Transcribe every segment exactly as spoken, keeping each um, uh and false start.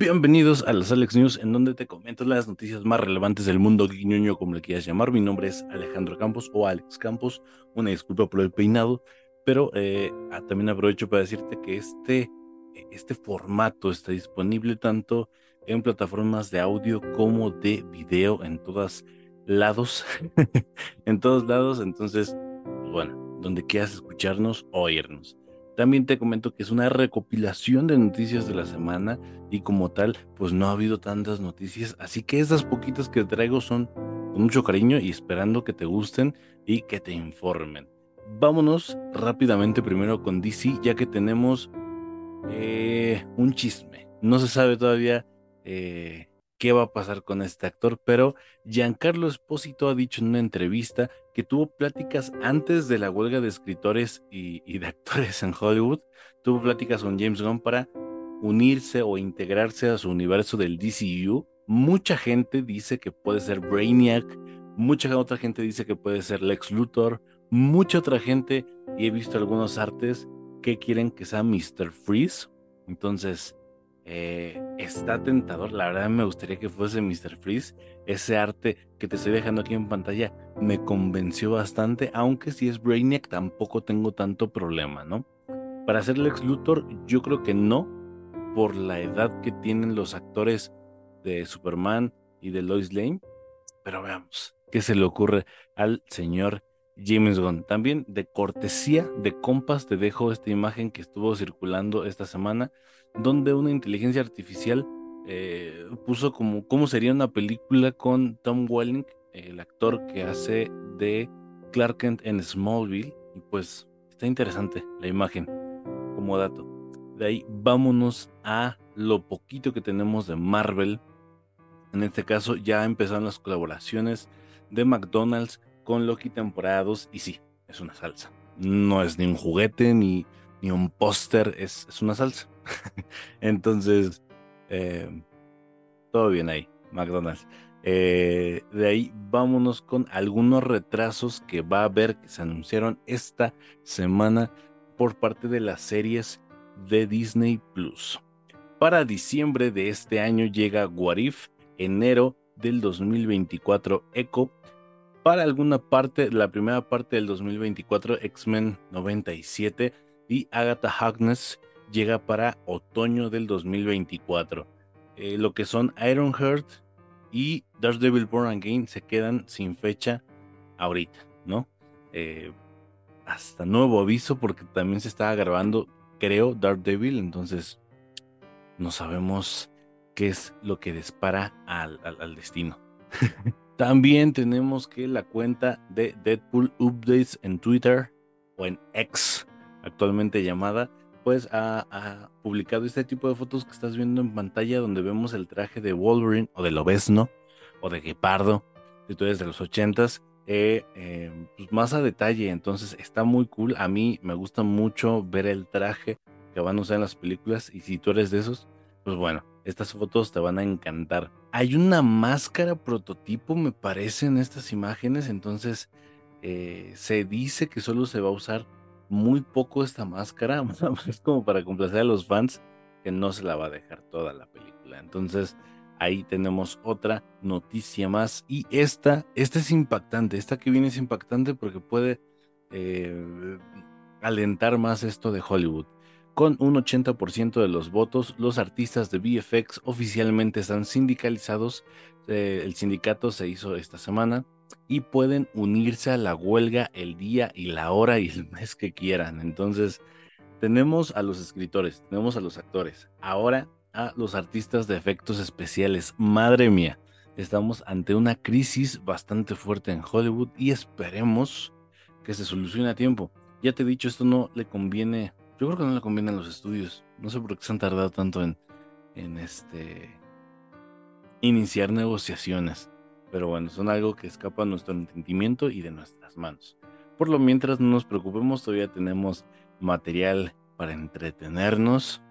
Bienvenidos a las Alex News, en donde te comento las noticias más relevantes del mundo guiñoño, como le quieras llamar. Mi nombre es Alejandro Campos o Alex Campos. Una disculpa por el peinado, pero eh, ah, también aprovecho para decirte que este, eh, este formato está disponible tanto en plataformas de audio como de video en todos lados, en todos lados. Entonces, pues bueno, donde quieras escucharnos o oírnos. También te comento que es una recopilación de noticias de la semana y como tal, pues no ha habido tantas noticias, así que estas poquitas que traigo son con mucho cariño y esperando que te gusten y que te informen. Vámonos rápidamente primero con D C, ya que tenemos eh, un chisme. No se sabe todavía eh, qué va a pasar con este actor, pero Giancarlo Espósito ha dicho en una entrevista que tuvo pláticas antes de la huelga de escritores y, y de actores en Hollywood. Tuvo pláticas con James Gunn para unirse o integrarse a su universo del D C U. Mucha gente dice que puede ser Brainiac, mucha otra gente dice que puede ser Lex Luthor, mucha otra gente, y he visto algunos artes que quieren que sea míster Freeze. Entonces, eh, está tentador. La verdad me gustaría que fuese míster Freeze. Ese arte que te estoy dejando aquí en pantalla me convenció bastante, aunque si es Brainiac tampoco tengo tanto problema, ¿no? Para hacer Lex Luthor, yo creo que no, por la edad que tienen los actores de Superman y de Lois Lane, pero veamos qué se le ocurre al señor James Gunn. También de cortesía de compas te dejo esta imagen que estuvo circulando esta semana, donde una inteligencia artificial eh, puso como cómo sería una película con Tom Welling, el actor que hace de Clark Kent en Smallville, y pues está interesante la imagen como dato. De ahí vámonos a lo poquito que tenemos de Marvel. En este caso ya empezaron las colaboraciones de McDonald's con Loki temporada dos y sí, es una salsa. No es ni un juguete ni, ni un póster, es, es una salsa. Entonces, eh, todo bien ahí, McDonald's. Eh, de ahí vámonos con algunos retrasos que va a haber, que se anunciaron esta semana por parte de las series de Disney Plus. Para diciembre de este año llega What If, enero del dos mil veinticuatro Echo, para alguna parte, la primera parte del dos mil veinticuatro X-Men noventa y siete y Agatha Harkness llega para otoño del dos mil veinticuatro. Eh, lo que son Ironheart y Daredevil Born Again se quedan sin fecha ahorita, ¿no? Eh, hasta nuevo aviso porque también se estaba grabando, creo, Daredevil, entonces no sabemos qué es lo que dispara al, al, al destino. También tenemos que la cuenta de Deadpool Updates en Twitter o en X, actualmente llamada, pues ha, ha publicado este tipo de fotos que estás viendo en pantalla donde vemos el traje de Wolverine o de Lobezno o de Guepardo, si tú eres de los ochentas, eh, eh, pues más a detalle. Entonces está muy cool. A mí me gusta mucho ver el traje que van a usar en las películas y si tú eres de esos, pues bueno, estas fotos te van a encantar. Hay una máscara prototipo, me parece, en estas imágenes, entonces eh, se dice que solo se va a usar muy poco esta máscara, es como para complacer a los fans, que no se la va a dejar toda la película. Entonces ahí tenemos otra noticia más y esta, esta es impactante, esta que viene es impactante porque puede eh, alentar más esto de Hollywood. Con un ochenta por ciento de los votos, los artistas de V F X oficialmente están sindicalizados. Eh, el sindicato se hizo esta semana y pueden unirse a la huelga el día y la hora y el mes que quieran. Entonces, tenemos a los escritores, tenemos a los actores, ahora a los artistas de efectos especiales. Madre mía, estamos ante una crisis bastante fuerte en Hollywood y esperemos que se solucione a tiempo. Ya te he dicho, esto no le conviene, yo creo que no le conviene a los estudios. No sé por qué se han tardado tanto en, en este iniciar negociaciones. Pero bueno, son algo que escapa a nuestro entendimiento y de nuestras manos. Por lo mientras, no nos preocupemos, todavía tenemos material para entretenernos.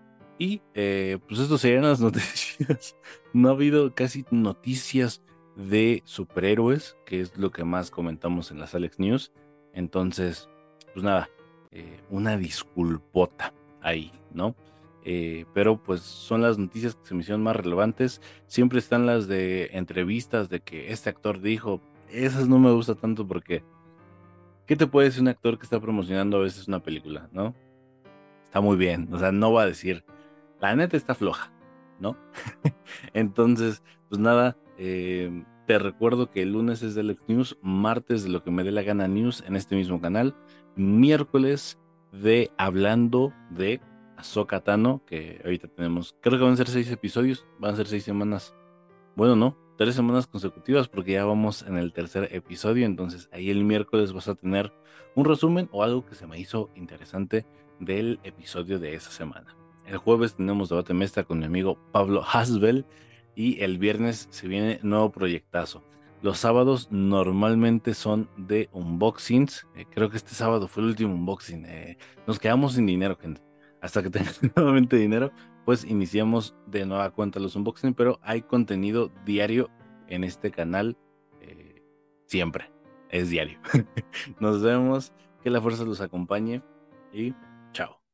Y eh, pues esto serían las noticias. No ha habido casi noticias de superhéroes, que es lo que más comentamos en las Alex News. Entonces, pues nada, eh, una disculpota ahí, ¿no? eh, pero pues son las noticias que se me hicieron más relevantes. Siempre están las de entrevistas de que este actor dijo, esas no me gusta tanto porque, ¿qué te puede decir un actor que está promocionando a veces una película, no? Está muy bien, o sea, no va a decir, la neta está floja, ¿no? Entonces, pues nada, eh, te recuerdo que el lunes es de Alex News, martes de Lo que me dé la gana News en este mismo canal, miércoles de Hablando de Ahsoka Tano, que ahorita tenemos, creo que van a ser seis episodios, van a ser seis semanas, bueno, no, tres semanas consecutivas porque ya vamos en el tercer episodio, entonces ahí el miércoles vas a tener un resumen o algo que se me hizo interesante del episodio de esa semana. El jueves tenemos debate mestra con mi amigo Pablo Hasbel y el viernes se viene nuevo proyectazo. Los sábados normalmente son de unboxings. Eh, creo que este sábado fue el último unboxing. Eh, nos quedamos sin dinero, gente. Hasta que tengamos nuevamente dinero, pues iniciamos de nueva cuenta los unboxing, pero hay contenido diario en este canal. eh, Siempre. Es diario. Nos vemos. Que la fuerza los acompañe y chao.